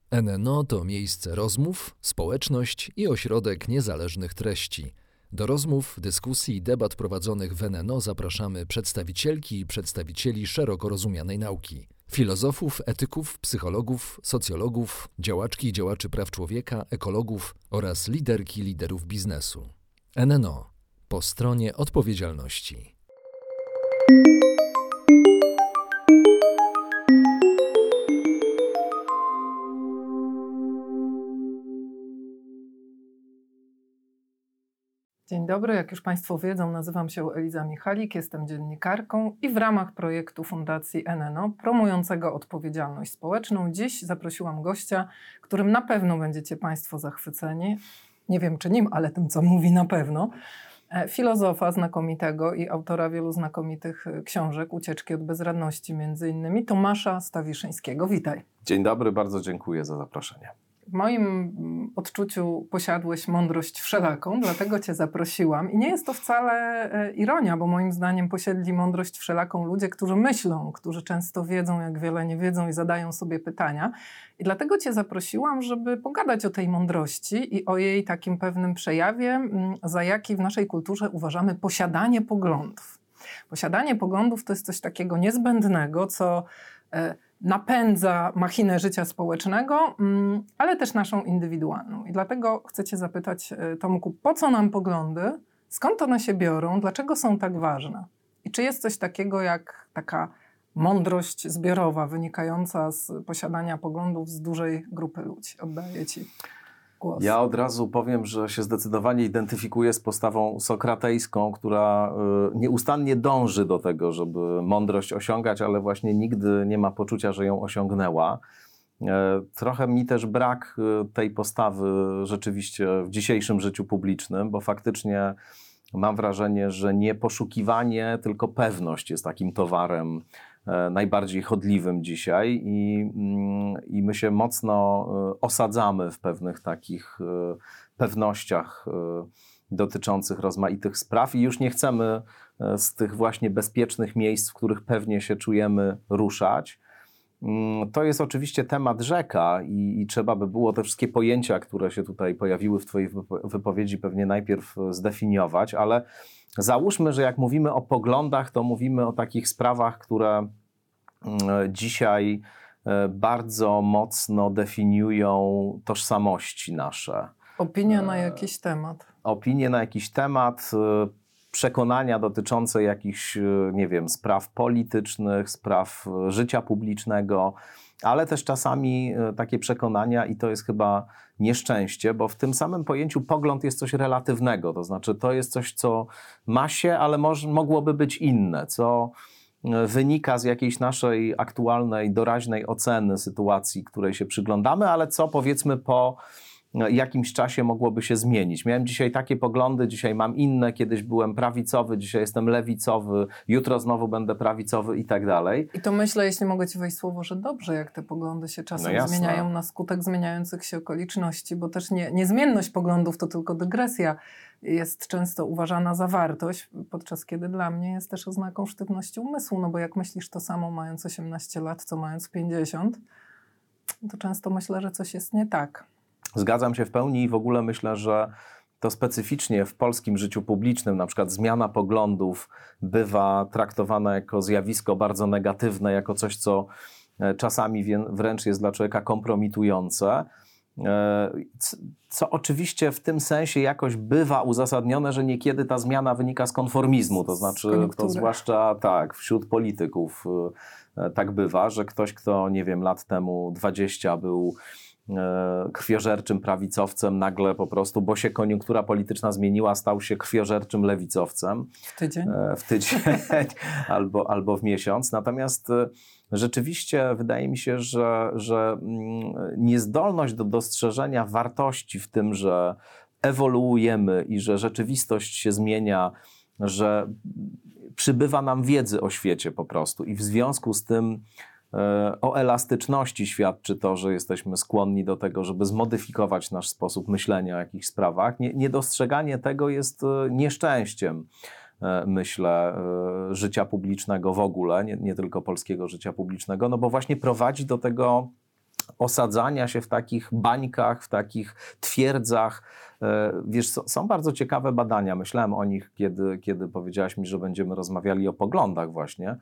NNO to miejsce rozmów, społeczność i ośrodek niezależnych treści. Do rozmów, dyskusji i debat prowadzonych w NNO zapraszamy przedstawicielki i przedstawicieli szeroko rozumianej nauki. Filozofów, etyków, psychologów, socjologów, działaczki i działaczy praw człowieka, ekologów oraz liderki liderów biznesu. NNO. Po stronie odpowiedzialności. Dzień dobry, jak już Państwo wiedzą, nazywam się Eliza Michalik, jestem dziennikarką i w ramach projektu Fundacji NNO promującego odpowiedzialność społeczną dziś zaprosiłam gościa, którym na pewno będziecie Państwo zachwyceni. Nie wiem czy nim, ale tym co mówi na pewno. Filozofa znakomitego i autora wielu znakomitych książek, Ucieczki od bezradności między innymi, Tomasza Stawiszyńskiego. Witaj. Dzień dobry, bardzo dziękuję za zaproszenie. W moim odczuciu posiadłeś mądrość wszelaką, dlatego Cię zaprosiłam. I nie jest to wcale ironia, bo moim zdaniem posiedli mądrość wszelaką ludzie, którzy myślą, którzy często wiedzą, jak wiele nie wiedzą i zadają sobie pytania. I dlatego Cię zaprosiłam, żeby pogadać o tej mądrości i o jej takim pewnym przejawie, za jaki w naszej kulturze uważamy posiadanie poglądów. Posiadanie poglądów to jest coś takiego niezbędnego, co napędza machinę życia społecznego, ale też naszą indywidualną. I dlatego chcę Cię zapytać, Tomku, po co nam poglądy? Skąd one się biorą? Dlaczego są tak ważne? I czy jest coś takiego jak taka mądrość zbiorowa wynikająca z posiadania poglądów z dużej grupy ludzi? Oddaję Ci głos. Ja od razu powiem, że się zdecydowanie identyfikuję z postawą sokratejską, która nieustannie dąży do tego, żeby mądrość osiągać, ale właśnie nigdy nie ma poczucia, że ją osiągnęła. Trochę mi też brak tej postawy rzeczywiście w dzisiejszym życiu publicznym, bo faktycznie mam wrażenie, że nie poszukiwanie, tylko pewność jest takim towarem najbardziej chodliwym dzisiaj i my się mocno osadzamy w pewnych takich pewnościach dotyczących rozmaitych spraw i już nie chcemy z tych właśnie bezpiecznych miejsc, w których pewnie się czujemy, ruszać. To jest oczywiście temat rzeka i trzeba by było te wszystkie pojęcia, które się tutaj pojawiły w Twojej wypowiedzi, pewnie najpierw zdefiniować, ale załóżmy, że jak mówimy o poglądach, to mówimy o takich sprawach, które dzisiaj bardzo mocno definiują tożsamości nasze. Opinia na jakiś temat. Opinie na jakiś temat, przekonania dotyczące jakichś, nie wiem, spraw politycznych, spraw życia publicznego, ale też czasami takie przekonania, i to jest chyba nieszczęście, bo w tym samym pojęciu pogląd jest coś relatywnego, to znaczy to jest coś, co ma się, ale mogłoby być inne, co wynika z jakiejś naszej aktualnej, doraźnej oceny sytuacji, której się przyglądamy, ale co powiedzmy po jakimś czasie mogłoby się zmienić. Miałem dzisiaj takie poglądy, dzisiaj mam inne, kiedyś byłem prawicowy, dzisiaj jestem lewicowy, jutro znowu będę prawicowy i tak dalej. I to myślę, jeśli mogę Ci wejść słowo, że dobrze, jak te poglądy się czasem zmieniają na skutek zmieniających się okoliczności, bo też niezmienność poglądów to tylko dygresja, jest często uważana za wartość, podczas kiedy dla mnie jest też oznaką sztywności umysłu, no bo jak myślisz to samo mając 18 lat, co mając 50, to często myślę, że coś jest nie tak. Zgadzam się w pełni i w ogóle myślę, że to specyficznie w polskim życiu publicznym, na przykład zmiana poglądów bywa traktowana jako zjawisko bardzo negatywne, jako coś, co czasami wręcz jest dla człowieka kompromitujące, co oczywiście w tym sensie jakoś bywa uzasadnione, że niekiedy ta zmiana wynika z konformizmu, to znaczy to zwłaszcza tak, wśród polityków tak bywa, że ktoś, kto nie wiem, lat temu 20 był krwiożerczym prawicowcem, nagle po prostu, bo się koniunktura polityczna zmieniła, stał się krwiożerczym lewicowcem. W tydzień? W tydzień albo w miesiąc. Natomiast rzeczywiście wydaje mi się, że niezdolność do dostrzeżenia wartości w tym, że ewoluujemy i że rzeczywistość się zmienia, że przybywa nam wiedzy o świecie po prostu i w związku z tym o elastyczności świadczy to, że jesteśmy skłonni do tego, żeby zmodyfikować nasz sposób myślenia o jakichś sprawach. Niedostrzeganie tego jest nieszczęściem, myślę, życia publicznego w ogóle, nie tylko polskiego życia publicznego, no bo właśnie prowadzi do tego osadzania się w takich bańkach, w takich twierdzach. Wiesz, są bardzo ciekawe badania. Myślałem o nich, kiedy powiedziałaś mi, że będziemy rozmawiali o poglądach właśnie.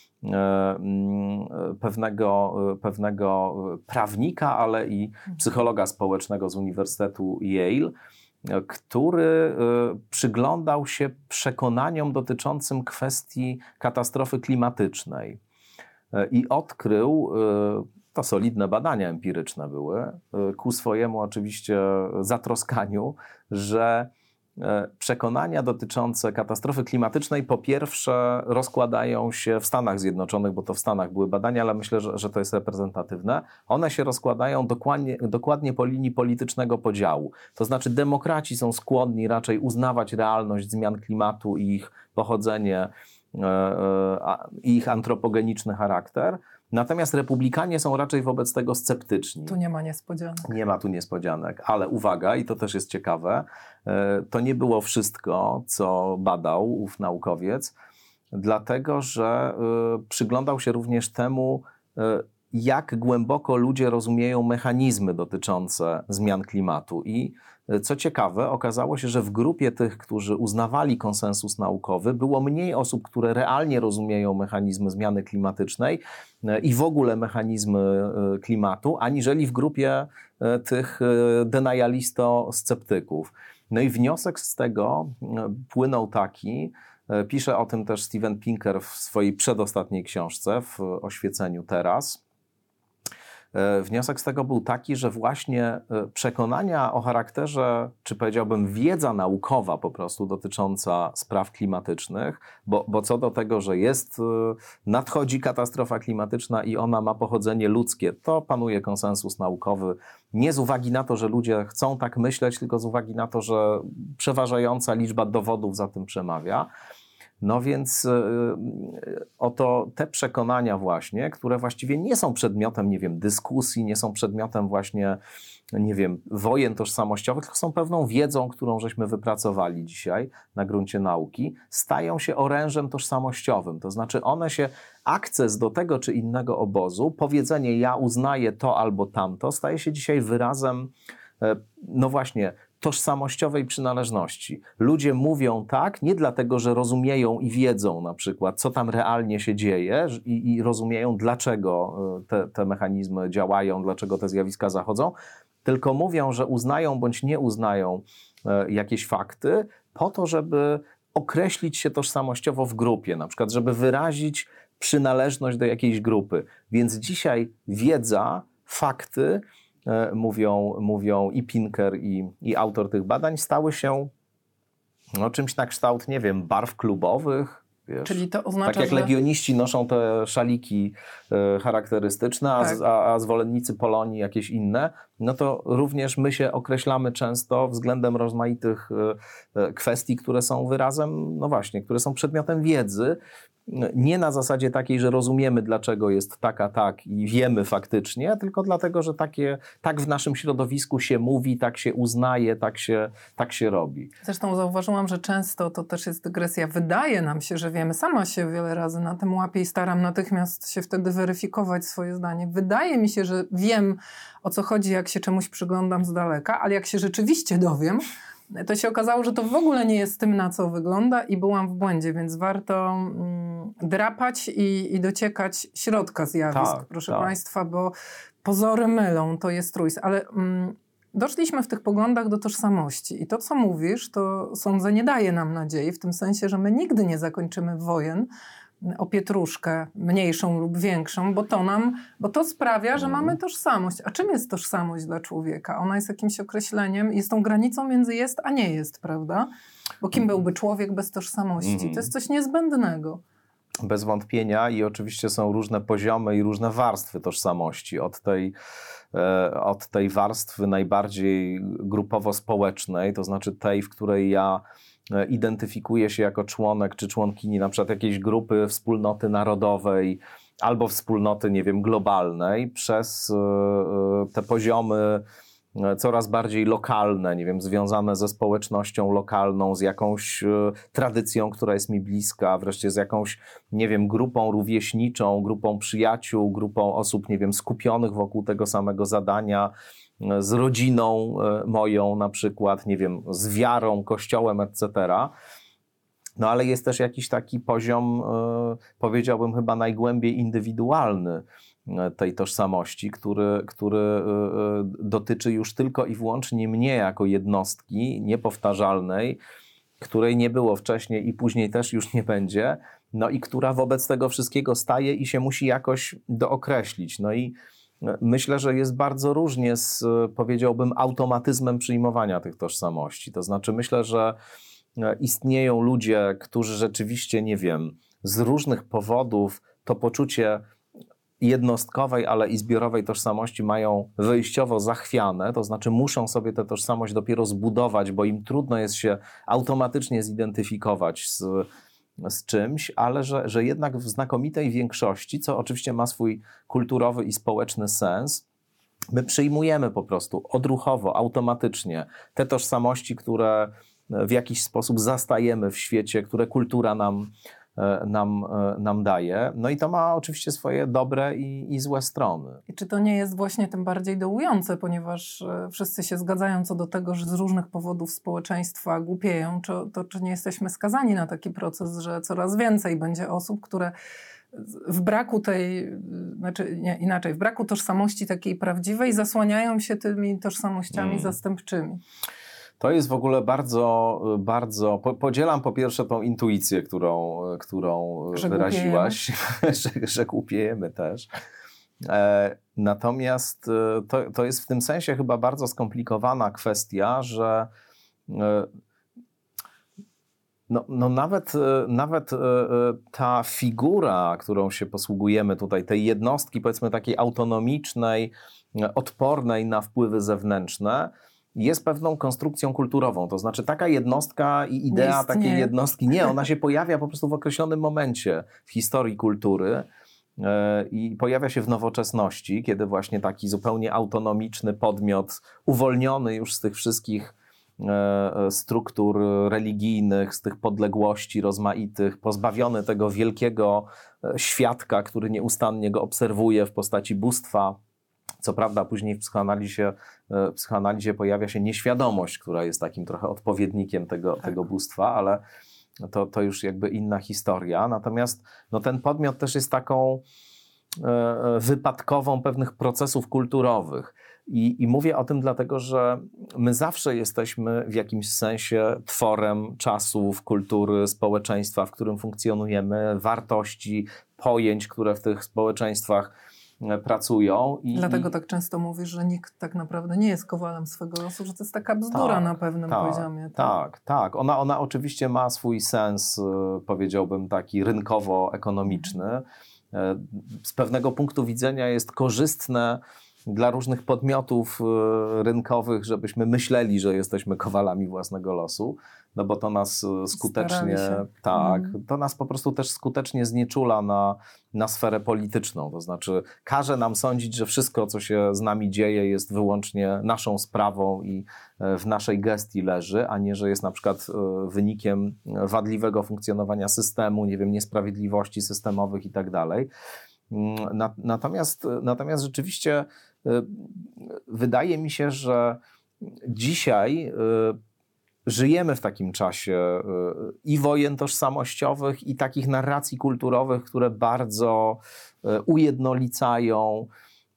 Pewnego prawnika, ale i psychologa społecznego z Uniwersytetu Yale, który przyglądał się przekonaniom dotyczącym kwestii katastrofy klimatycznej i odkrył, to solidne badania empiryczne były, ku swojemu oczywiście zatroskaniu, że przekonania dotyczące katastrofy klimatycznej po pierwsze rozkładają się w Stanach Zjednoczonych, bo to w Stanach były badania, ale myślę, że to jest reprezentatywne. One się rozkładają dokładnie po linii politycznego podziału. To znaczy demokraci są skłonni raczej uznawać realność zmian klimatu i ich pochodzenie, i ich antropogeniczny charakter. Natomiast republikanie są raczej wobec tego sceptyczni. Tu nie ma niespodzianek. Nie ma tu niespodzianek, ale uwaga, i to też jest ciekawe, to nie było wszystko, co badał ów naukowiec, dlatego że przyglądał się również temu, jak głęboko ludzie rozumieją mechanizmy dotyczące zmian klimatu. I co ciekawe, okazało się, że w grupie tych, którzy uznawali konsensus naukowy, było mniej osób, które realnie rozumieją mechanizmy zmiany klimatycznej i w ogóle mechanizmy klimatu, aniżeli w grupie tych denialisto-sceptyków. No i wniosek z tego płynął taki, pisze o tym też Steven Pinker w swojej przedostatniej książce, w Oświeceniu teraz. Wniosek z tego był taki, że właśnie przekonania o charakterze, czy powiedziałbym wiedza naukowa po prostu dotycząca spraw klimatycznych, bo co do tego, że nadchodzi katastrofa klimatyczna i ona ma pochodzenie ludzkie, to panuje konsensus naukowy. Nie z uwagi na to, że ludzie chcą tak myśleć, tylko z uwagi na to, że przeważająca liczba dowodów za tym przemawia. No więc oto te przekonania właśnie, które właściwie nie są przedmiotem, nie wiem, dyskusji, nie są przedmiotem właśnie, nie wiem, wojen tożsamościowych, tylko są pewną wiedzą, którą żeśmy wypracowali dzisiaj na gruncie nauki, stają się orężem tożsamościowym. To znaczy akces do tego czy innego obozu, powiedzenie ja uznaję to albo tamto, staje się dzisiaj wyrazem, no właśnie, tożsamościowej przynależności. Ludzie mówią tak, nie dlatego, że rozumieją i wiedzą na przykład, co tam realnie się dzieje i rozumieją, dlaczego te mechanizmy działają, dlaczego te zjawiska zachodzą, tylko mówią, że uznają bądź nie uznają jakieś fakty po to, żeby określić się tożsamościowo w grupie, na przykład, żeby wyrazić przynależność do jakiejś grupy. Więc dzisiaj wiedza, fakty, mówią i Pinker, i autor tych badań, stały się czymś na kształt, nie wiem, barw klubowych. Wiesz, czyli to oznacza, tak jak legioniści noszą te szaliki charakterystyczne, tak, a zwolennicy Polonii jakieś inne, no to również my się określamy często względem rozmaitych kwestii, które są wyrazem, no właśnie, które są przedmiotem wiedzy, nie na zasadzie takiej, że rozumiemy, dlaczego jest tak i wiemy faktycznie, tylko dlatego, że tak w naszym środowisku się mówi, tak się uznaje, tak się robi. Zresztą zauważyłam, że często to też jest dygresja. Wydaje nam się, że wiemy. Sama się wiele razy na tym łapię i staram natychmiast się wtedy weryfikować swoje zdanie. Wydaje mi się, że wiem, o co chodzi, jak się czemuś przyglądam z daleka, ale jak się rzeczywiście dowiem, to się okazało, że to w ogóle nie jest tym, na co wygląda i byłam w błędzie, więc warto drapać i dociekać środka zjawisk, proszę Państwa, bo pozory mylą, to jest truizm. Ale doszliśmy w tych poglądach do tożsamości i to, co mówisz, to sądzę nie daje nam nadziei, w tym sensie, że my nigdy nie zakończymy wojen o pietruszkę, mniejszą lub większą, bo to sprawia, że mamy tożsamość. A czym jest tożsamość dla człowieka? Ona jest jakimś określeniem, jest tą granicą między jest a nie jest, prawda? Bo kim byłby człowiek bez tożsamości? To jest coś niezbędnego. Bez wątpienia i oczywiście są różne poziomy i różne warstwy tożsamości. Od tej warstwy najbardziej grupowo-społecznej, to znaczy tej, w której ja identyfikuję się jako członek czy członkini na przykład jakiejś grupy, wspólnoty narodowej albo wspólnoty, nie wiem, globalnej, przez te poziomy coraz bardziej lokalne, nie wiem, związane ze społecznością lokalną, z jakąś tradycją, która jest mi bliska, wreszcie z jakąś, nie wiem, grupą rówieśniczą, grupą przyjaciół, grupą osób, nie wiem, skupionych wokół tego samego zadania, z rodziną moją na przykład, nie wiem, z wiarą, kościołem, etc. No ale jest też jakiś taki poziom, powiedziałbym chyba najgłębiej indywidualny tej tożsamości, który dotyczy już tylko i wyłącznie mnie jako jednostki niepowtarzalnej, której nie było wcześniej i później też już nie będzie, no i która wobec tego wszystkiego staje i się musi jakoś dookreślić. No i myślę, że jest bardzo różnie z, powiedziałbym, automatyzmem przyjmowania tych tożsamości. To znaczy myślę, że istnieją ludzie, którzy rzeczywiście, nie wiem, z różnych powodów to poczucie jednostkowej, ale i zbiorowej tożsamości mają wyjściowo zachwiane, to znaczy muszą sobie tę tożsamość dopiero zbudować, bo im trudno jest się automatycznie zidentyfikować z czymś, ale że jednak w znakomitej większości, co oczywiście ma swój kulturowy i społeczny sens, my przyjmujemy po prostu odruchowo, automatycznie te tożsamości, które w jakiś sposób zastajemy w świecie, które kultura nam daje. No i to ma oczywiście swoje dobre i złe strony. I czy to nie jest właśnie tym bardziej dołujące, ponieważ wszyscy się zgadzają co do tego, że z różnych powodów społeczeństwa głupieją, czy nie jesteśmy skazani na taki proces, że coraz więcej będzie osób, które w braku w braku tożsamości takiej prawdziwej zasłaniają się tymi tożsamościami zastępczymi. To jest w ogóle bardzo... Podzielam po pierwsze tą intuicję, którą wyraziłaś, że głupiejemy też. Natomiast to jest w tym sensie chyba bardzo skomplikowana kwestia, że nawet ta figura, którą się posługujemy tutaj, tej jednostki, powiedzmy takiej autonomicznej, odpornej na wpływy zewnętrzne, jest pewną konstrukcją kulturową. To znaczy taka jednostka i idea takiej jednostki, ona się pojawia po prostu w określonym momencie w historii kultury i pojawia się w nowoczesności, kiedy właśnie taki zupełnie autonomiczny podmiot, uwolniony już z tych wszystkich struktur religijnych, z tych podległości rozmaitych, pozbawiony tego wielkiego świadka, który nieustannie go obserwuje w postaci bóstwa. Co prawda później w psychoanalizie pojawia się nieświadomość, która jest takim trochę odpowiednikiem tego bóstwa, ale to już jakby inna historia. Natomiast ten podmiot też jest taką wypadkową pewnych procesów kulturowych. I mówię o tym dlatego, że my zawsze jesteśmy w jakimś sensie tworem czasów, kultury, społeczeństwa, w którym funkcjonujemy, wartości, pojęć, które w tych społeczeństwach pracują. Dlatego tak często mówisz, że nikt tak naprawdę nie jest kowalem swego losu, że to jest taka bzdura na pewnym poziomie. Tak. Ona oczywiście ma swój sens, powiedziałbym, taki rynkowo-ekonomiczny. Z pewnego punktu widzenia jest korzystne dla różnych podmiotów rynkowych, żebyśmy myśleli, że jesteśmy kowalami własnego losu, no bo to nas skutecznie, to nas po prostu też skutecznie znieczula na sferę polityczną. To znaczy każe nam sądzić, że wszystko, co się z nami dzieje, jest wyłącznie naszą sprawą i w naszej gestii leży, a nie, że jest na przykład wynikiem wadliwego funkcjonowania systemu, nie wiem, niesprawiedliwości systemowych i tak dalej. Natomiast rzeczywiście wydaje mi się, że dzisiaj żyjemy w takim czasie i wojen tożsamościowych, i takich narracji kulturowych, które bardzo ujednolicają,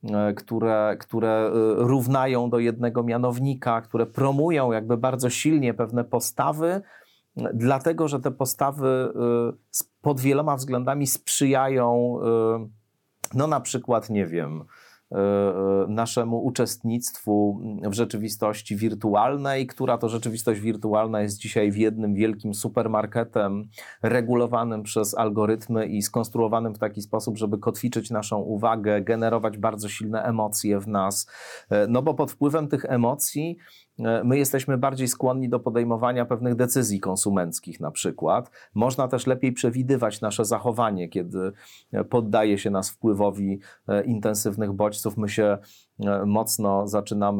które równają do jednego mianownika, które promują jakby bardzo silnie pewne postawy, dlatego że te postawy pod wieloma względami sprzyjają na przykład, nie wiem, naszemu uczestnictwu w rzeczywistości wirtualnej, która to rzeczywistość wirtualna jest dzisiaj jednym wielkim supermarketem regulowanym przez algorytmy i skonstruowanym w taki sposób, żeby kotwiczyć naszą uwagę, generować bardzo silne emocje w nas. No bo pod wpływem tych emocji my jesteśmy bardziej skłonni do podejmowania pewnych decyzji konsumenckich na przykład. Można też lepiej przewidywać nasze zachowanie, kiedy poddaje się nas wpływowi intensywnych bodźców uchodźców my się mocno zaczynamy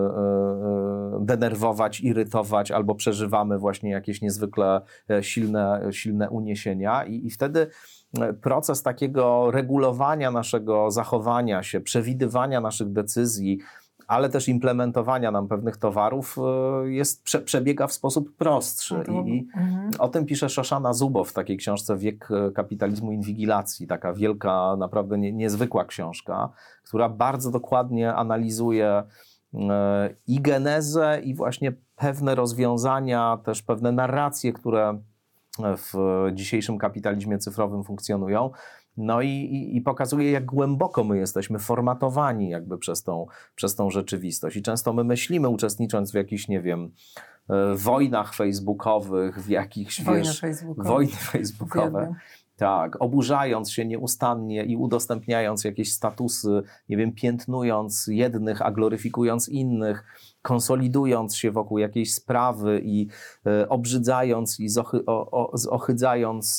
denerwować, irytować albo przeżywamy właśnie jakieś niezwykle silne uniesienia i wtedy proces takiego regulowania naszego zachowania się, przewidywania naszych decyzji, ale też implementowania nam pewnych towarów przebiega w sposób prostszy. I o tym pisze Shoshana Zuboff w takiej książce Wiek kapitalizmu i inwigilacji. Taka wielka, naprawdę niezwykła książka, która bardzo dokładnie analizuje i genezę, i właśnie pewne rozwiązania, też pewne narracje, które w dzisiejszym kapitalizmie cyfrowym funkcjonują. No i pokazuje, jak głęboko my jesteśmy formatowani jakby przez tą rzeczywistość. I często my myślimy, uczestnicząc w jakichś, nie wiem, wojnach facebookowych, w jakichś, wojny facebookowe. Tak, oburzając się nieustannie i udostępniając jakieś statusy, nie wiem, piętnując jednych, a gloryfikując innych, konsolidując się wokół jakiejś sprawy i obrzydzając i zohydzając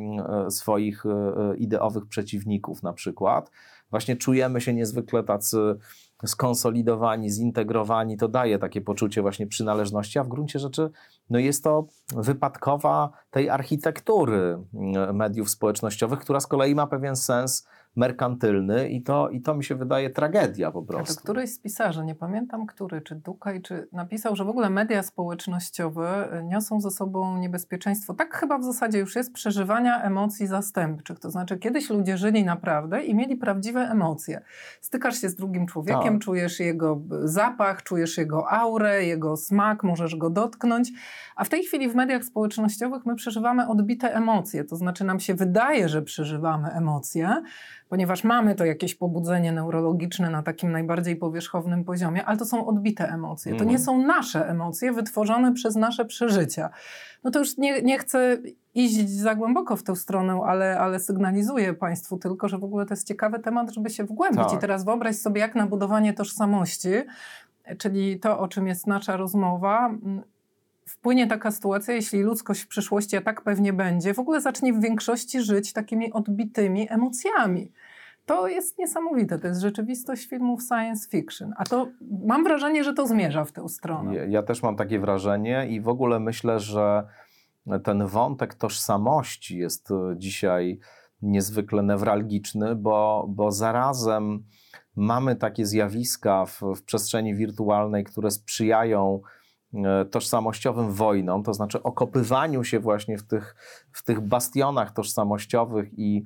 swoich ideowych przeciwników na przykład. Właśnie czujemy się niezwykle tacy skonsolidowani, zintegrowani, to daje takie poczucie właśnie przynależności, a w gruncie rzeczy no jest to wypadkowa tej architektury mediów społecznościowych, która z kolei ma pewien sens merkantylny i to mi się wydaje tragedia po prostu. A to któryś z pisarzy, nie pamiętam który, czy Dukaj, czy napisał, że w ogóle media społecznościowe niosą ze sobą niebezpieczeństwo, tak chyba w zasadzie już jest, przeżywania emocji zastępczych. To znaczy kiedyś ludzie żyli naprawdę i mieli prawdziwe emocje. Stykasz się z drugim człowiekiem, tak. Czujesz jego zapach, czujesz jego aurę, jego smak, możesz go dotknąć, a w tej chwili w mediach społecznościowych my przeżywamy odbite emocje. To znaczy nam się wydaje, że przeżywamy emocje, ponieważ mamy to jakieś pobudzenie neurologiczne na takim najbardziej powierzchownym poziomie, ale to są odbite emocje. To nie są nasze emocje wytworzone przez nasze przeżycia. No to już nie chcę iść za głęboko w tę stronę, ale sygnalizuję Państwu tylko, że w ogóle to jest ciekawy temat, żeby się wgłębić. Tak. I teraz wyobraź sobie, jak na budowanie tożsamości, czyli to, o czym jest nasza rozmowa, wpłynie taka sytuacja, jeśli ludzkość w przyszłości, a tak pewnie będzie, w ogóle zacznie w większości żyć takimi odbitymi emocjami. To jest niesamowite. To jest rzeczywistość filmów science fiction. A to mam wrażenie, że to zmierza w tę stronę. Ja też mam takie wrażenie i w ogóle myślę, że ten wątek tożsamości jest dzisiaj niezwykle newralgiczny, bo zarazem mamy takie zjawiska w przestrzeni wirtualnej, które sprzyjają tożsamościowym wojnom, to znaczy okopywaniu się właśnie w tych bastionach tożsamościowych i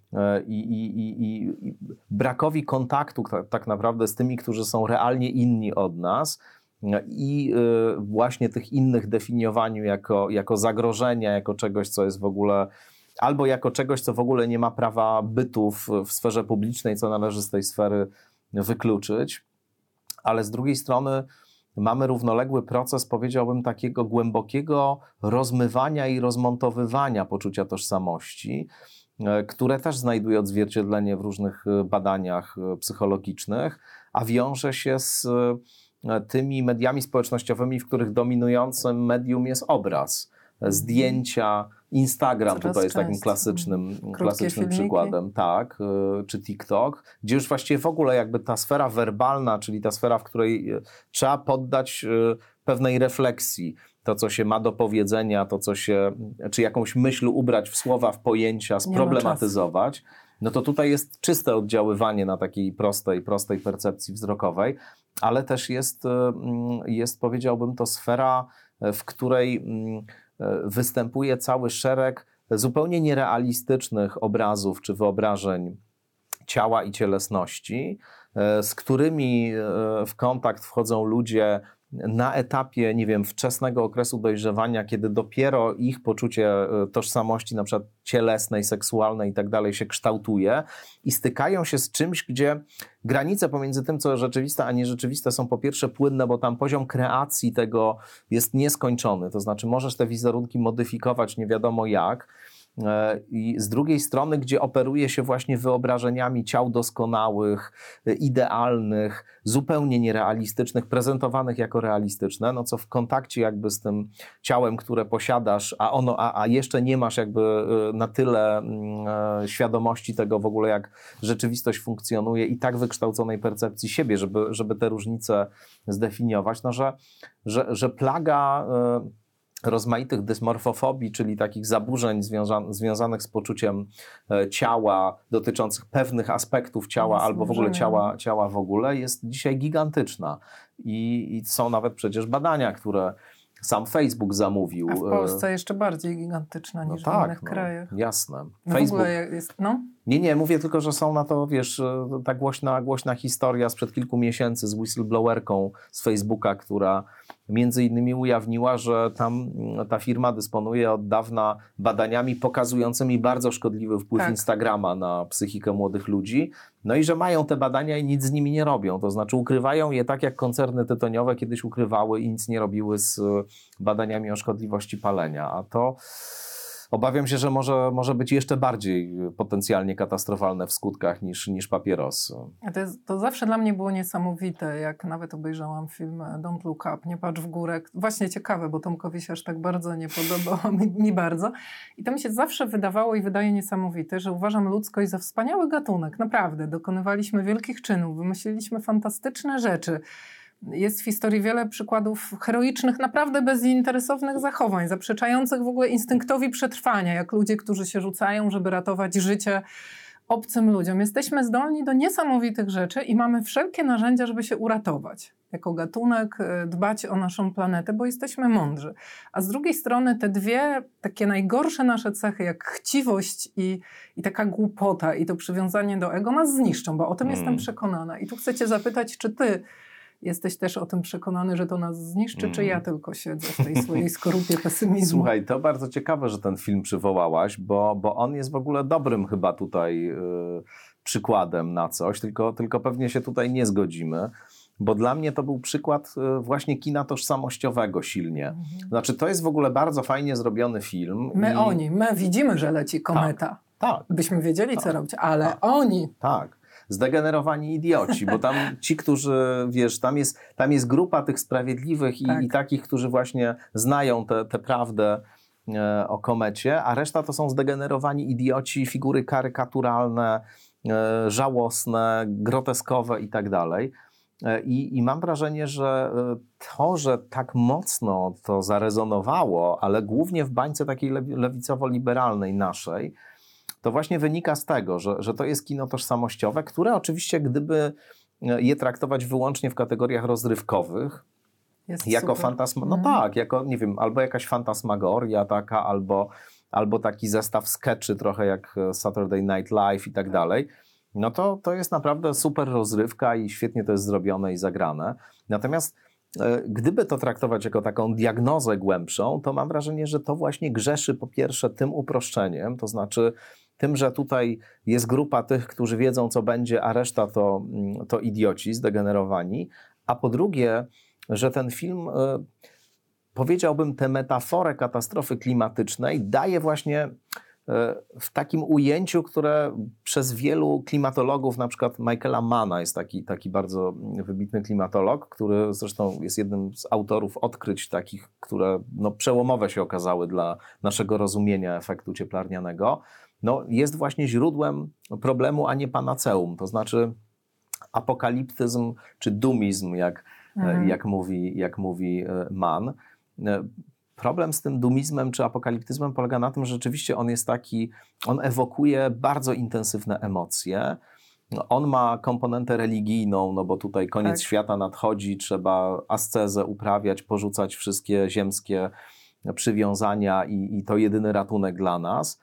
brakowi kontaktu tak naprawdę z tymi, którzy są realnie inni od nas i właśnie tych innych definiowaniu jako zagrożenia, jako czegoś, co jest w ogóle albo jako czegoś, co w ogóle nie ma prawa bytu w sferze publicznej, co należy z tej sfery wykluczyć, ale z drugiej strony mamy równoległy proces, powiedziałbym, takiego głębokiego rozmywania i rozmontowywania poczucia tożsamości, które też znajduje odzwierciedlenie w różnych badaniach psychologicznych, a wiąże się z tymi mediami społecznościowymi, w których dominującym medium jest obraz, zdjęcia, Instagram tutaj jest takim klasycznym przykładem, tak, czy TikTok, gdzie już właściwie w ogóle jakby ta sfera werbalna, czyli ta sfera, w której trzeba poddać pewnej refleksji, to co się ma do powiedzenia, czy jakąś myśl ubrać w słowa, w pojęcia, sproblematyzować, no to tutaj jest czyste oddziaływanie na takiej prostej percepcji wzrokowej, ale też jest powiedziałbym to sfera, w której występuje cały szereg zupełnie nierealistycznych obrazów czy wyobrażeń ciała i cielesności, z którymi w kontakt wchodzą ludzie na etapie, nie wiem, wczesnego okresu dojrzewania, kiedy dopiero ich poczucie tożsamości, na przykład cielesnej, seksualnej i tak dalej się kształtuje i stykają się z czymś, gdzie granice pomiędzy tym, co rzeczywiste, a nierzeczywiste są po pierwsze płynne, bo tam poziom kreacji tego jest nieskończony, to znaczy możesz te wizerunki modyfikować nie wiadomo jak, i z drugiej strony, gdzie operuje się właśnie wyobrażeniami ciał doskonałych, idealnych, zupełnie nierealistycznych, prezentowanych jako realistyczne, no co w kontakcie jakby z tym ciałem, które posiadasz, a jeszcze nie masz jakby na tyle świadomości tego w ogóle, jak rzeczywistość funkcjonuje i tak wykształconej percepcji siebie, żeby te różnice zdefiniować, no że plaga rozmaitych dysmorfofobii, czyli takich zaburzeń związanych z poczuciem ciała, dotyczących pewnych aspektów ciała albo w ogóle ciała w ogóle, jest dzisiaj gigantyczna. I są nawet przecież badania, które sam Facebook zamówił. A w Polsce jeszcze bardziej gigantyczna niż w innych krajach. Jasne. No Facebook... W ogóle jest, Nie, mówię tylko, że są na to, wiesz, ta głośna historia sprzed kilku miesięcy z whistleblowerką z Facebooka, która między innymi ujawniła, że tam ta firma dysponuje od dawna badaniami pokazującymi bardzo szkodliwy wpływ Instagrama na psychikę młodych ludzi. No i że mają te badania i nic z nimi nie robią. To znaczy ukrywają je tak, jak koncerny tytoniowe kiedyś ukrywały i nic nie robiły z badaniami o szkodliwości palenia. A to obawiam się, że może być jeszcze bardziej potencjalnie katastrofalne w skutkach niż papierosy. To zawsze dla mnie było niesamowite, jak nawet obejrzałam film Don't Look Up, Nie patrz w górę. Właśnie ciekawe, bo Tomkowi się aż tak bardzo nie podobało, mi bardzo. I to mi się zawsze wydawało i wydaje niesamowite, że uważam ludzkość za wspaniały gatunek. Naprawdę, dokonywaliśmy wielkich czynów, wymyśliliśmy fantastyczne rzeczy. Jest w historii wiele przykładów heroicznych, naprawdę bezinteresownych zachowań, zaprzeczających w ogóle instynktowi przetrwania, jak ludzie, którzy się rzucają, żeby ratować życie obcym ludziom. Jesteśmy zdolni do niesamowitych rzeczy i mamy wszelkie narzędzia, żeby się uratować. Jako gatunek dbać o naszą planetę, bo jesteśmy mądrzy. A z drugiej strony te dwie takie najgorsze nasze cechy, jak chciwość i taka głupota i to przywiązanie do ego nas zniszczą, bo o tym jestem przekonana. I tu chcę cię zapytać, czy ty jesteś też o tym przekonany, że to nas zniszczy, czy ja tylko siedzę w tej swojej skorupie pesymizmu? Słuchaj, to bardzo ciekawe, że ten film przywołałaś, bo on jest w ogóle dobrym chyba tutaj przykładem na coś, tylko pewnie się tutaj nie zgodzimy, bo dla mnie to był przykład właśnie kina tożsamościowego silnie. Znaczy, to jest w ogóle bardzo fajnie zrobiony film. My widzimy, że leci kometa. Tak. Byśmy wiedzieli, co robić, ale oni... Tak. Zdegenerowani idioci, bo tam ci, którzy, wiesz, tam jest grupa tych sprawiedliwych i takich, którzy właśnie znają tę prawdę o komecie, a reszta to są zdegenerowani idioci, figury karykaturalne, żałosne, groteskowe i tak dalej. I mam wrażenie, że to, że tak mocno to zarezonowało, ale głównie w bańce takiej lewicowo-liberalnej naszej, to właśnie wynika z tego, że to jest kino tożsamościowe, które oczywiście, gdyby je traktować wyłącznie w kategoriach rozrywkowych, jest jako jako, nie wiem, albo jakaś fantasmagoria taka, albo taki zestaw skeczy trochę jak Saturday Night Live i tak dalej, no to jest naprawdę super rozrywka i świetnie to jest zrobione i zagrane. Natomiast gdyby to traktować jako taką diagnozę głębszą, to mam wrażenie, że to właśnie grzeszy po pierwsze tym uproszczeniem, to znaczy tym, że tutaj jest grupa tych, którzy wiedzą, co będzie, a reszta to idioci zdegenerowani, a po drugie, że ten film, powiedziałbym, tę metaforę katastrofy klimatycznej daje właśnie w takim ujęciu, które przez wielu klimatologów, na przykład Michaela Manna jest taki bardzo wybitny klimatolog, który zresztą jest jednym z autorów odkryć takich, które przełomowe się okazały dla naszego rozumienia efektu cieplarnianego, jest właśnie źródłem problemu, a nie panaceum. To znaczy apokaliptyzm czy dumizm, jak mówi Mann. Problem z tym dumizmem czy apokaliptyzmem polega na tym, że rzeczywiście on ewokuje bardzo intensywne emocje. On ma komponentę religijną, bo tutaj koniec świata nadchodzi, trzeba ascezę uprawiać, porzucać wszystkie ziemskie przywiązania i to jedyny ratunek dla nas.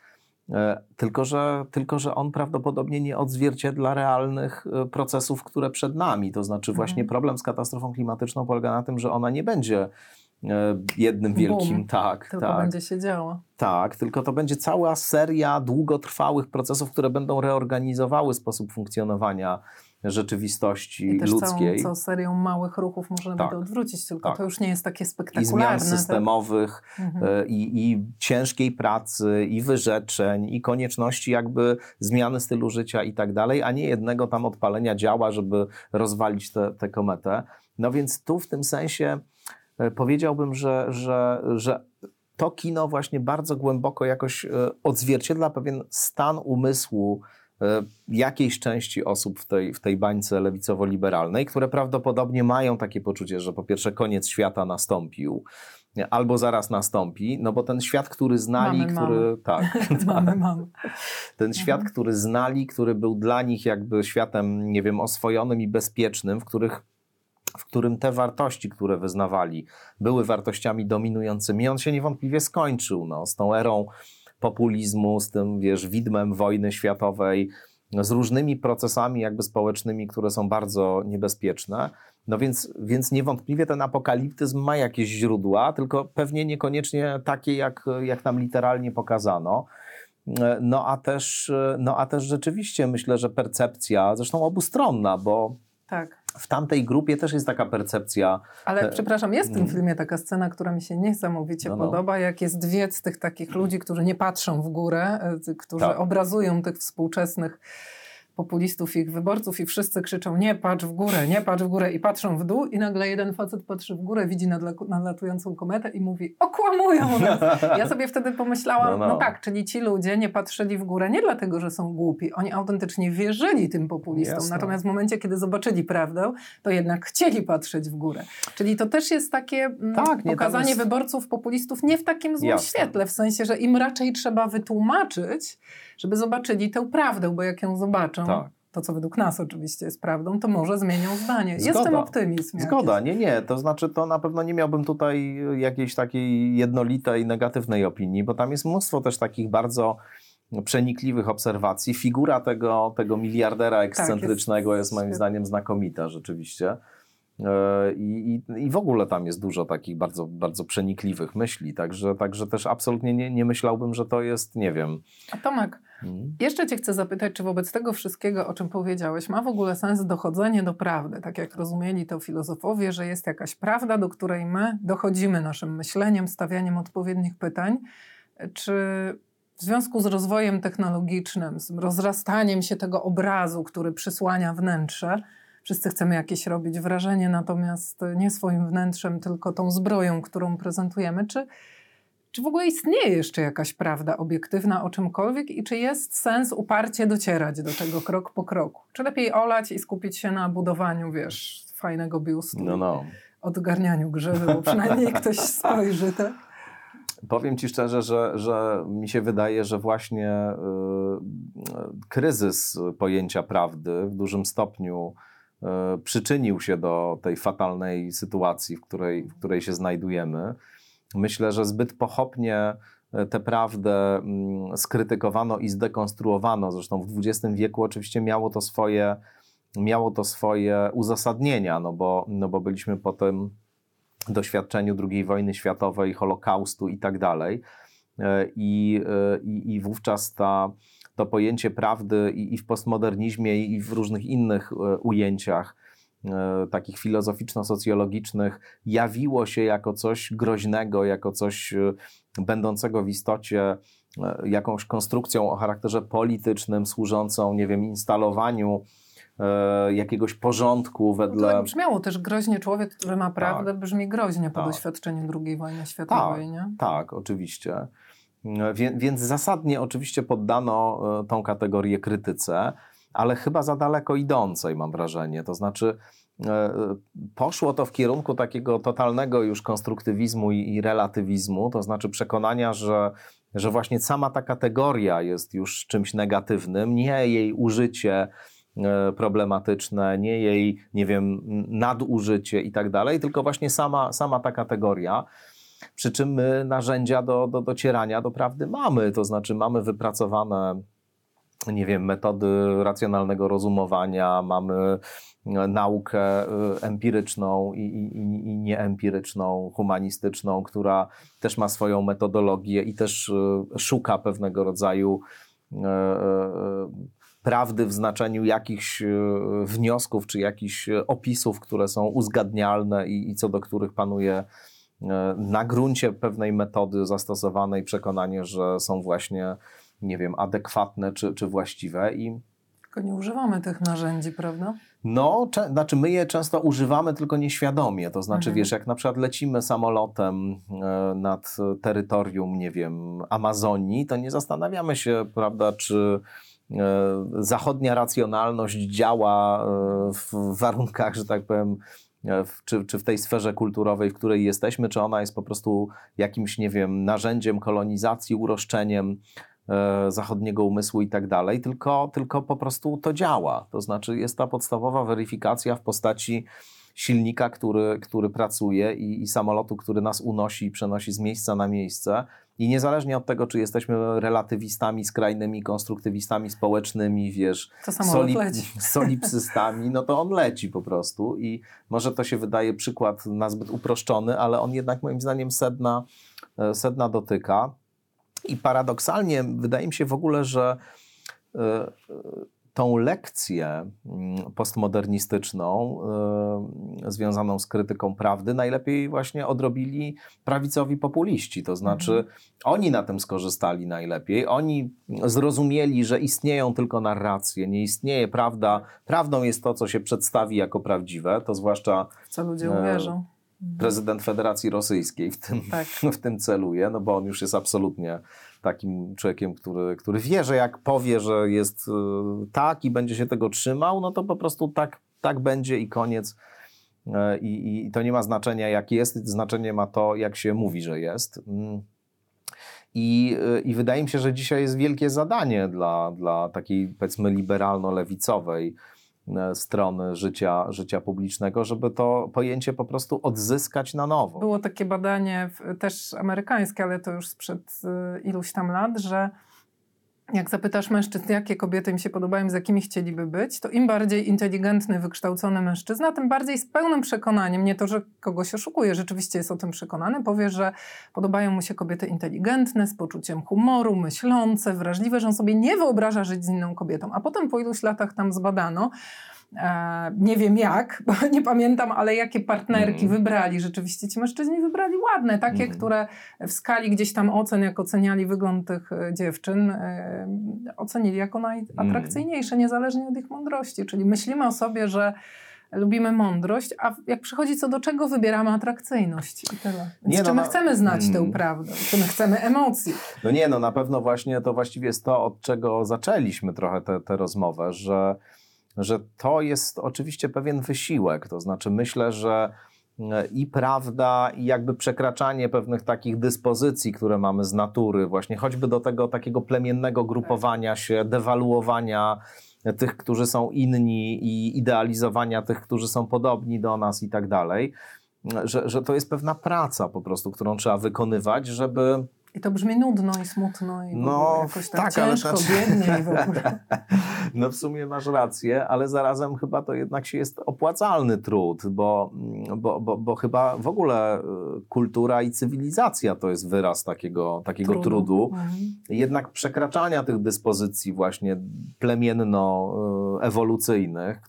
Tylko że on prawdopodobnie nie odzwierciedla realnych procesów, które przed nami. To znaczy właśnie problem z katastrofą klimatyczną polega na tym, że ona nie będzie jednym wielkim, tylko będzie się działo. Tak, tylko to będzie cała seria długotrwałych procesów, które będą reorganizowały sposób funkcjonowania rzeczywistości I też ludzkiej. całą serią małych ruchów można by to odwrócić, tylko to już nie jest takie spektakularne. I zmian systemowych, i ciężkiej pracy, i wyrzeczeń, i konieczności jakby zmiany stylu życia i tak dalej, a nie jednego tam odpalenia działa, żeby rozwalić tę kometę. No więc tu w tym sensie powiedziałbym, że to kino właśnie bardzo głęboko jakoś odzwierciedla pewien stan umysłu jakiejś części osób w tej bańce lewicowo-liberalnej, które prawdopodobnie mają takie poczucie, że po pierwsze koniec świata nastąpił, albo zaraz nastąpi, no bo ten świat, który znali, ten świat, który znali, który był dla nich jakby światem, nie wiem, oswojonym i bezpiecznym, w którym te wartości, które wyznawali, były wartościami dominującymi, on się niewątpliwie skończył, no, z tą erą populizmu, z tym, wiesz, widmem wojny światowej, z różnymi procesami jakby społecznymi, które są bardzo niebezpieczne. No więc niewątpliwie ten apokaliptyzm ma jakieś źródła, tylko pewnie niekoniecznie takie, jak nam literalnie pokazano. No a też rzeczywiście myślę, że percepcja, zresztą obustronna, bo w tamtej grupie też jest taka percepcja. Ale przepraszam, jest w tym filmie taka scena, która mi się niesamowicie podoba, jak jest wiec tych takich ludzi, którzy nie patrzą w górę, którzy obrazują tych współczesnych populistów i ich wyborców i wszyscy krzyczą nie patrz w górę i patrzą w dół i nagle jeden facet patrzy w górę, widzi nadlatującą kometę i mówi okłamują nas. Ja sobie wtedy pomyślałam, no tak, czyli ci ludzie nie patrzyli w górę nie dlatego, że są głupi, oni autentycznie wierzyli tym populistom, natomiast w momencie, kiedy zobaczyli prawdę, to jednak chcieli patrzeć w górę. Czyli to też jest takie pokazanie wyborców populistów nie w takim złym świetle, w sensie, że im raczej trzeba wytłumaczyć, żeby zobaczyli tę prawdę, bo jak ją zobaczą, to co według nas oczywiście jest prawdą, to może zmienią zdanie. Jest w tym optymizm. Zgoda, nie. To znaczy to na pewno nie miałbym tutaj jakiejś takiej jednolitej, negatywnej opinii, bo tam jest mnóstwo też takich bardzo przenikliwych obserwacji. Figura tego miliardera ekscentrycznego jest moim zdaniem znakomita rzeczywiście. I w ogóle tam jest dużo takich bardzo, bardzo przenikliwych myśli, także też absolutnie nie myślałbym, że to jest, nie wiem. A Tomek, jeszcze cię chcę zapytać, czy wobec tego wszystkiego, o czym powiedziałeś, ma w ogóle sens dochodzenie do prawdy, tak jak rozumieli to filozofowie, że jest jakaś prawda, do której my dochodzimy naszym myśleniem, stawianiem odpowiednich pytań, czy w związku z rozwojem technologicznym, z rozrastaniem się tego obrazu, który przysłania wnętrze, wszyscy chcemy jakieś robić wrażenie, natomiast nie swoim wnętrzem, tylko tą zbroją, którą prezentujemy. Czy w ogóle istnieje jeszcze jakaś prawda obiektywna o czymkolwiek i czy jest sens uparcie docierać do tego krok po kroku? Czy lepiej olać i skupić się na budowaniu, wiesz, fajnego biustu, odgarnianiu grzywy, bo przynajmniej ktoś spojrzy, tak? Powiem ci szczerze, że mi się wydaje, że właśnie kryzys pojęcia prawdy w dużym stopniu przyczynił się do tej fatalnej sytuacji, w której się znajdujemy. Myślę, że zbyt pochopnie tę prawdę skrytykowano i zdekonstruowano. Zresztą w XX wieku oczywiście miało to swoje uzasadnienia, no bo byliśmy po tym doświadczeniu II wojny światowej, Holokaustu i tak dalej. I wówczas to pojęcie prawdy i w postmodernizmie i w różnych innych ujęciach takich filozoficzno-socjologicznych jawiło się jako coś groźnego, jako coś będącego w istocie jakąś konstrukcją o charakterze politycznym, służącą, nie wiem, instalowaniu jakiegoś porządku wedle... No to brzmiało też groźnie. Człowiek, który ma prawdę, brzmi groźnie po doświadczeniu II wojny światowej, nie? Tak, oczywiście. Więc zasadnie oczywiście poddano tą kategorię krytyce, ale chyba za daleko idącej, mam wrażenie. To znaczy poszło to w kierunku takiego totalnego już konstruktywizmu i relatywizmu, to znaczy przekonania, że właśnie sama ta kategoria jest już czymś negatywnym, nie jej użycie problematyczne, nie jej, nie wiem, nadużycie i tak dalej, tylko właśnie sama ta kategoria. Przy czym my narzędzia do docierania do prawdy mamy, to znaczy mamy wypracowane, nie wiem, metody racjonalnego rozumowania, mamy naukę empiryczną i nieempiryczną, humanistyczną, która też ma swoją metodologię i też szuka pewnego rodzaju prawdy w znaczeniu jakichś wniosków czy jakichś opisów, które są uzgadnialne i co do których panuje na gruncie pewnej metody zastosowanej przekonanie, że są właśnie, nie wiem, adekwatne czy właściwe. Tylko nie używamy tych narzędzi, prawda? No, znaczy my je często używamy, tylko nieświadomie. To znaczy, wiesz, jak na przykład lecimy samolotem nad terytorium, nie wiem, Amazonii, to nie zastanawiamy się, prawda, czy zachodnia racjonalność działa w warunkach, że tak powiem, czy w tej sferze kulturowej, w której jesteśmy, czy ona jest po prostu jakimś, nie wiem, narzędziem kolonizacji, uroszczeniem zachodniego umysłu i tak dalej, tylko po prostu to działa. To znaczy jest ta podstawowa weryfikacja w postaci silnika, który pracuje i samolotu, który nas unosi i przenosi z miejsca na miejsce. I niezależnie od tego, czy jesteśmy relatywistami skrajnymi, konstruktywistami społecznymi, wiesz, solipsystami, no to on leci po prostu. I może to się wydaje przykład nazbyt uproszczony, ale on jednak moim zdaniem sedna dotyka. I paradoksalnie wydaje mi się w ogóle, że tą lekcję postmodernistyczną związaną z krytyką prawdy najlepiej właśnie odrobili prawicowi populiści. To znaczy oni na tym skorzystali najlepiej. Oni zrozumieli, że istnieją tylko narracje, nie istnieje prawda. Prawdą jest to, co się przedstawi jako prawdziwe. To zwłaszcza w co ludzie uwierzą. Prezydent Federacji Rosyjskiej w tym celuje, no bo on już jest absolutnie takim człowiekiem, który wie, że jak powie, że jest tak i będzie się tego trzymał, no to po prostu tak będzie i koniec. I to nie ma znaczenia, jak jest, znaczenie ma to, jak się mówi, że jest. I wydaje mi się, że dzisiaj jest wielkie zadanie dla takiej, powiedzmy, liberalno-lewicowej strony życia publicznego, żeby to pojęcie po prostu odzyskać na nowo. Było takie badanie też amerykańskie, ale to już sprzed iluś tam lat, że jak zapytasz mężczyzn, jakie kobiety im się podobają, z jakimi chcieliby być, to im bardziej inteligentny, wykształcony mężczyzna, tym bardziej z pełnym przekonaniem, nie to, że kogoś oszukuje, rzeczywiście jest o tym przekonany, powie, że podobają mu się kobiety inteligentne, z poczuciem humoru, myślące, wrażliwe, że on sobie nie wyobraża żyć z inną kobietą. A potem po iluś latach tam zbadano, nie wiem jak, bo nie pamiętam, ale jakie partnerki wybrali. Rzeczywiście ci mężczyźni wybrali ładne, takie, które w skali gdzieś tam ocen, jak oceniali wygląd tych dziewczyn, ocenili jako najatrakcyjniejsze, niezależnie od ich mądrości. Czyli myślimy o sobie, że lubimy mądrość, a jak przychodzi co do czego, wybieramy atrakcyjność i tyle. Więc czy my chcemy znać tę prawdę? Czy my chcemy emocji? No nie, no na pewno właśnie to właściwie jest to, od czego zaczęliśmy trochę tę rozmowę, że to jest oczywiście pewien wysiłek, to znaczy myślę, że i prawda, i jakby przekraczanie pewnych takich dyspozycji, które mamy z natury, właśnie choćby do tego takiego plemiennego grupowania się, dewaluowania tych, którzy są inni i idealizowania tych, którzy są podobni do nas i tak dalej, że to jest pewna praca po prostu, którą trzeba wykonywać, żeby... I to brzmi nudno i smutno i jakoś tak ciężko, biednie i w ogóle. No w sumie masz rację, ale zarazem chyba to jednak jest opłacalny trud, bo chyba w ogóle kultura i cywilizacja to jest wyraz takiego trudu. Jednak przekraczania tych dyspozycji właśnie plemienno-ewolucyjnych,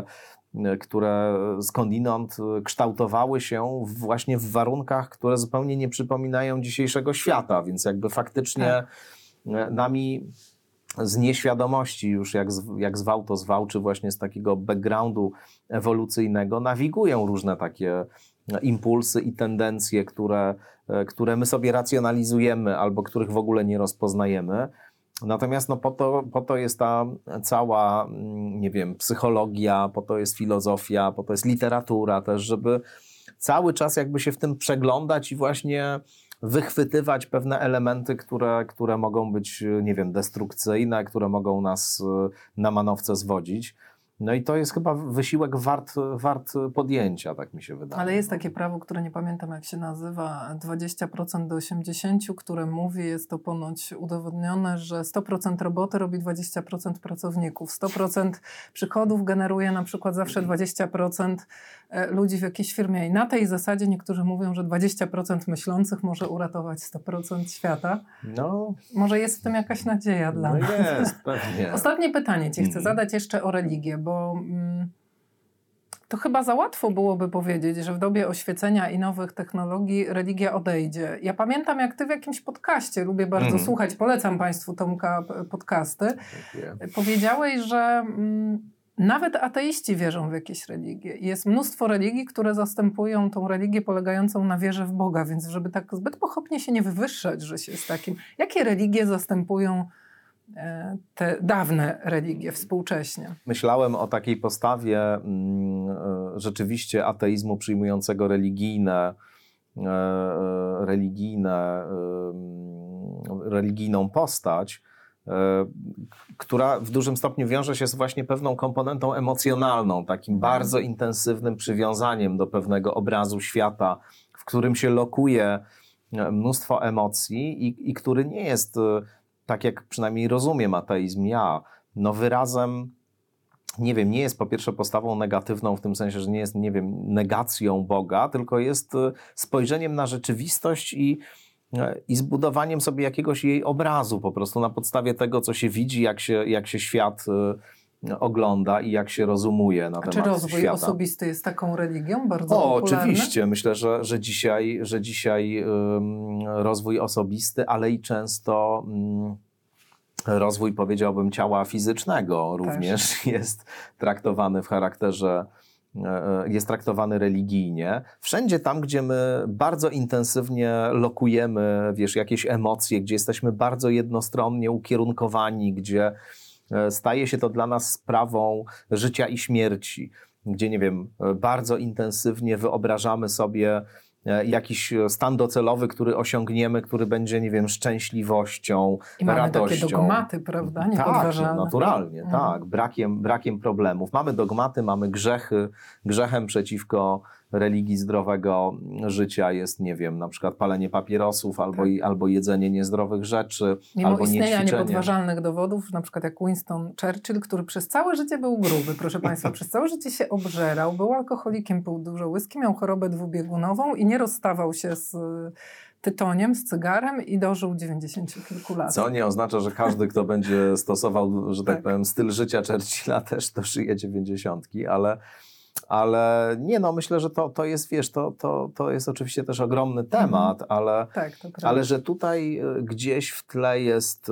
które skądinąd kształtowały się właśnie w warunkach, które zupełnie nie przypominają dzisiejszego świata, więc jakby faktycznie nami z nieświadomości już jak zwał to zwał, czy właśnie z takiego backgroundu ewolucyjnego nawigują różne takie impulsy i tendencje, które my sobie racjonalizujemy albo których w ogóle nie rozpoznajemy. Natomiast no po to jest ta cała, nie wiem, psychologia, po to jest filozofia, po to jest literatura też, żeby cały czas jakby się w tym przeglądać i właśnie wychwytywać pewne elementy, które mogą być, nie wiem, destrukcyjne, które mogą nas na manowce zwodzić. No i to jest chyba wysiłek wart podjęcia, tak mi się wydaje. Ale jest takie prawo, które nie pamiętam jak się nazywa, 20% do 80%, które mówi, jest to ponoć udowodnione, że 100% roboty robi 20% pracowników. 100% przychodów generuje na przykład zawsze 20% ludzi w jakiejś firmie i na tej zasadzie niektórzy mówią, że 20% myślących może uratować 100% świata. No, może jest w tym jakaś nadzieja dla nas. Jest, pewnie. Ostatnie pytanie ci chcę zadać jeszcze o religię, bo to chyba za łatwo byłoby powiedzieć, że w dobie oświecenia i nowych technologii religia odejdzie. Ja pamiętam, jak ty w jakimś podcaście, lubię bardzo słuchać, polecam Państwu Tomka podcasty, powiedziałeś, że nawet ateiści wierzą w jakieś religie. Jest mnóstwo religii, które zastępują tą religię polegającą na wierze w Boga, więc żeby tak zbyt pochopnie się nie wywyższać, że się z takim... Jakie religie zastępują te dawne religie współcześnie? Myślałem o takiej postawie rzeczywiście ateizmu przyjmującego religijną postać, która w dużym stopniu wiąże się z właśnie pewną komponentą emocjonalną, takim bardzo intensywnym przywiązaniem do pewnego obrazu świata, w którym się lokuje mnóstwo emocji i który nie jest, tak jak przynajmniej rozumiem ateizm wyrazem, nie wiem, nie jest po pierwsze postawą negatywną w tym sensie, że nie jest, nie wiem, negacją Boga, tylko jest spojrzeniem na rzeczywistość i zbudowaniem sobie jakiegoś jej obrazu po prostu na podstawie tego, co się widzi, jak się świat ogląda i jak się rozumuje na temat świata. Czy rozwój osobisty jest taką religią bardzo popularny? Oczywiście. Myślę, że dzisiaj rozwój osobisty, ale i często rozwój, powiedziałbym, ciała fizycznego również jest traktowany w charakterze, jest traktowany religijnie. Wszędzie tam, gdzie my bardzo intensywnie lokujemy, jakieś emocje, gdzie jesteśmy bardzo jednostronnie ukierunkowani, gdzie staje się to dla nas sprawą życia i śmierci, gdzie, nie wiem, bardzo intensywnie wyobrażamy sobie jakiś stan docelowy, który osiągniemy, który będzie, nie wiem, szczęśliwością, i mamy radością. Takie dogmaty, prawda? Niepodważalne. Tak, naturalnie, tak. Brakiem problemów. Mamy dogmaty, mamy grzechy. Grzechem przeciwko religii zdrowego życia jest, nie wiem, na przykład palenie papierosów albo jedzenie niezdrowych rzeczy, mimo albo istnienia niećwiczenie. niepodważalnych dowodów, na przykład jak Winston Churchill, który przez całe życie był gruby, proszę Państwa, przez całe życie się obżerał, był alkoholikiem, pił dużo whisky, miał chorobę dwubiegunową i nie rozstawał się z tytoniem, z cygarem i dożył 90 kilku lat. Co nie oznacza, że każdy, kto będzie stosował, że tak powiem, styl życia Churchilla, też dożyje 90, ale nie, no myślę, że to jest, to jest oczywiście też ogromny temat, ale że tutaj gdzieś w tle jest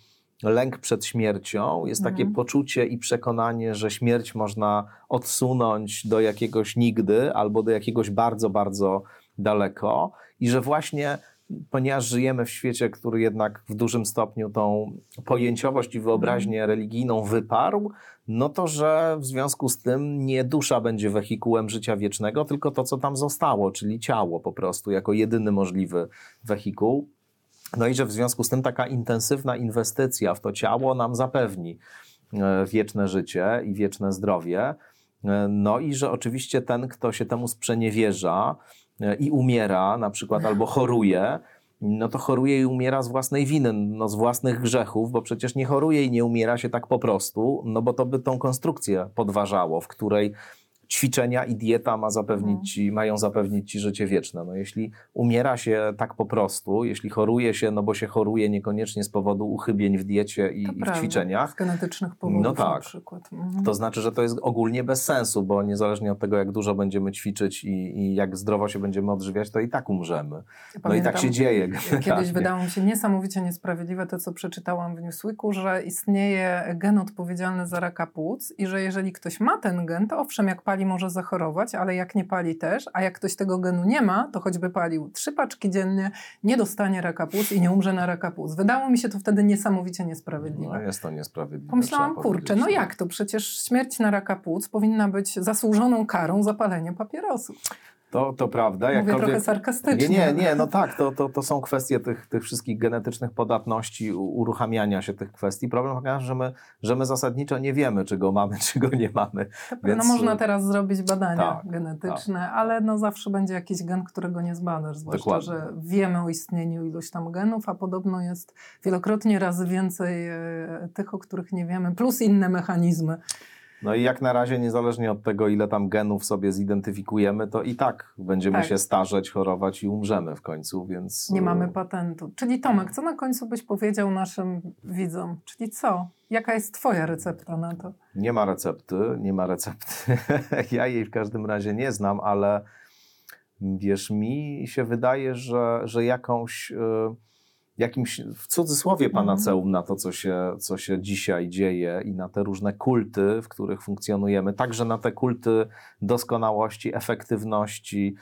lęk przed śmiercią, jest takie poczucie i przekonanie, że śmierć można odsunąć do jakiegoś nigdy albo do jakiegoś bardzo, bardzo daleko i że właśnie ponieważ żyjemy w świecie, który jednak w dużym stopniu tą pojęciowość i wyobraźnię religijną wyparł, no to, że w związku z tym nie dusza będzie wehikułem życia wiecznego, tylko to, co tam zostało, czyli ciało po prostu, jako jedyny możliwy wehikuł. No i że w związku z tym taka intensywna inwestycja w to ciało nam zapewni wieczne życie i wieczne zdrowie. No i że oczywiście ten, kto się temu sprzeniewierza i umiera na przykład albo choruje, no to choruje i umiera z własnej winy, no z własnych grzechów, bo przecież nie choruje i nie umiera się tak po prostu, no bo to by tą konstrukcję podważało, w której ćwiczenia i dieta mają zapewnić ci życie wieczne. No jeśli umiera się tak po prostu, jeśli choruje się, no bo się choruje niekoniecznie z powodu uchybień w diecie i w ćwiczeniach. Z genetycznych powodów no tak, na przykład. To znaczy, że to jest ogólnie bez sensu, bo niezależnie od tego, jak dużo będziemy ćwiczyć i jak zdrowo się będziemy odżywiać, to i tak umrzemy. No i tak się dzieje. Kiedyś wydało mi się niesamowicie niesprawiedliwe to, co przeczytałam w Newsweeku, że istnieje gen odpowiedzialny za raka płuc i że jeżeli ktoś ma ten gen, to owszem, jak pali może zachorować, ale jak nie pali też, a jak ktoś tego genu nie ma, to choćby palił 3 paczki dziennie, nie dostanie raka płuc i nie umrze na raka płuc. Wydało mi się to wtedy niesamowicie niesprawiedliwe. No jest to niesprawiedliwe. Pomyślałam, kurczę, no jak to? Przecież śmierć na raka płuc powinna być zasłużoną karą za palenie papierosów. To prawda. Mówię trochę sarkastycznie. Nie, no tak, to są kwestie tych wszystkich genetycznych podatności, uruchamiania się tych kwestii. Problem polega, że my zasadniczo nie wiemy, czy go mamy, czy go nie mamy. Więc... No można teraz zrobić badania genetyczne, ale no zawsze będzie jakiś gen, którego nie zbadasz. Zwłaszcza, dokładnie, że wiemy o istnieniu iluś tam genów, a podobno jest wielokrotnie razy więcej tych, o których nie wiemy, plus inne mechanizmy. No i jak na razie, niezależnie od tego, ile tam genów sobie zidentyfikujemy, to i tak będziemy się starzeć, chorować i umrzemy w końcu, więc... Nie mamy patentu. Czyli Tomek, co na końcu byś powiedział naszym widzom? Czyli co? Jaka jest twoja recepta na to? Nie ma recepty. Ja jej w każdym razie nie znam, ale wiesz, mi się wydaje, że jakimś w cudzysłowie panaceum na to, co się dzisiaj dzieje i na te różne kulty, w których funkcjonujemy, także na te kulty doskonałości, efektywności,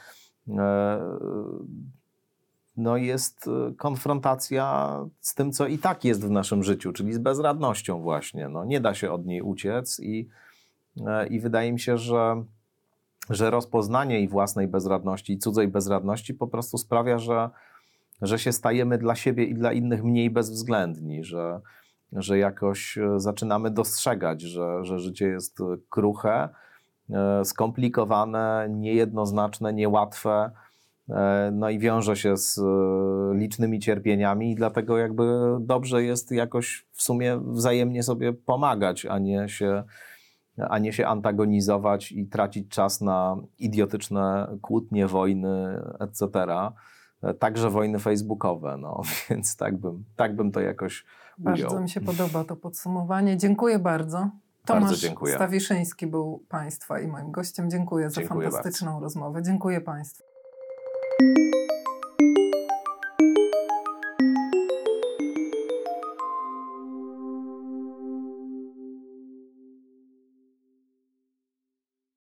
no jest konfrontacja z tym, co i tak jest w naszym życiu, czyli z bezradnością właśnie. No, nie da się od niej uciec i wydaje mi się, że rozpoznanie i własnej bezradności, i cudzej bezradności po prostu sprawia, że się stajemy dla siebie i dla innych mniej bezwzględni, że jakoś zaczynamy dostrzegać, że życie jest kruche, skomplikowane, niejednoznaczne, niełatwe, no i wiąże się z licznymi cierpieniami i dlatego jakby dobrze jest jakoś w sumie wzajemnie sobie pomagać, a nie się antagonizować i tracić czas na idiotyczne kłótnie, wojny, etc. Także wojny facebookowe, no więc tak bym to jakoś ujął. Bardzo mi się podoba to podsumowanie. Dziękuję bardzo. Tomasz Stawiszyński był Państwa i moim gościem. Dziękuję za fantastyczną rozmowę. Dziękuję Państwu.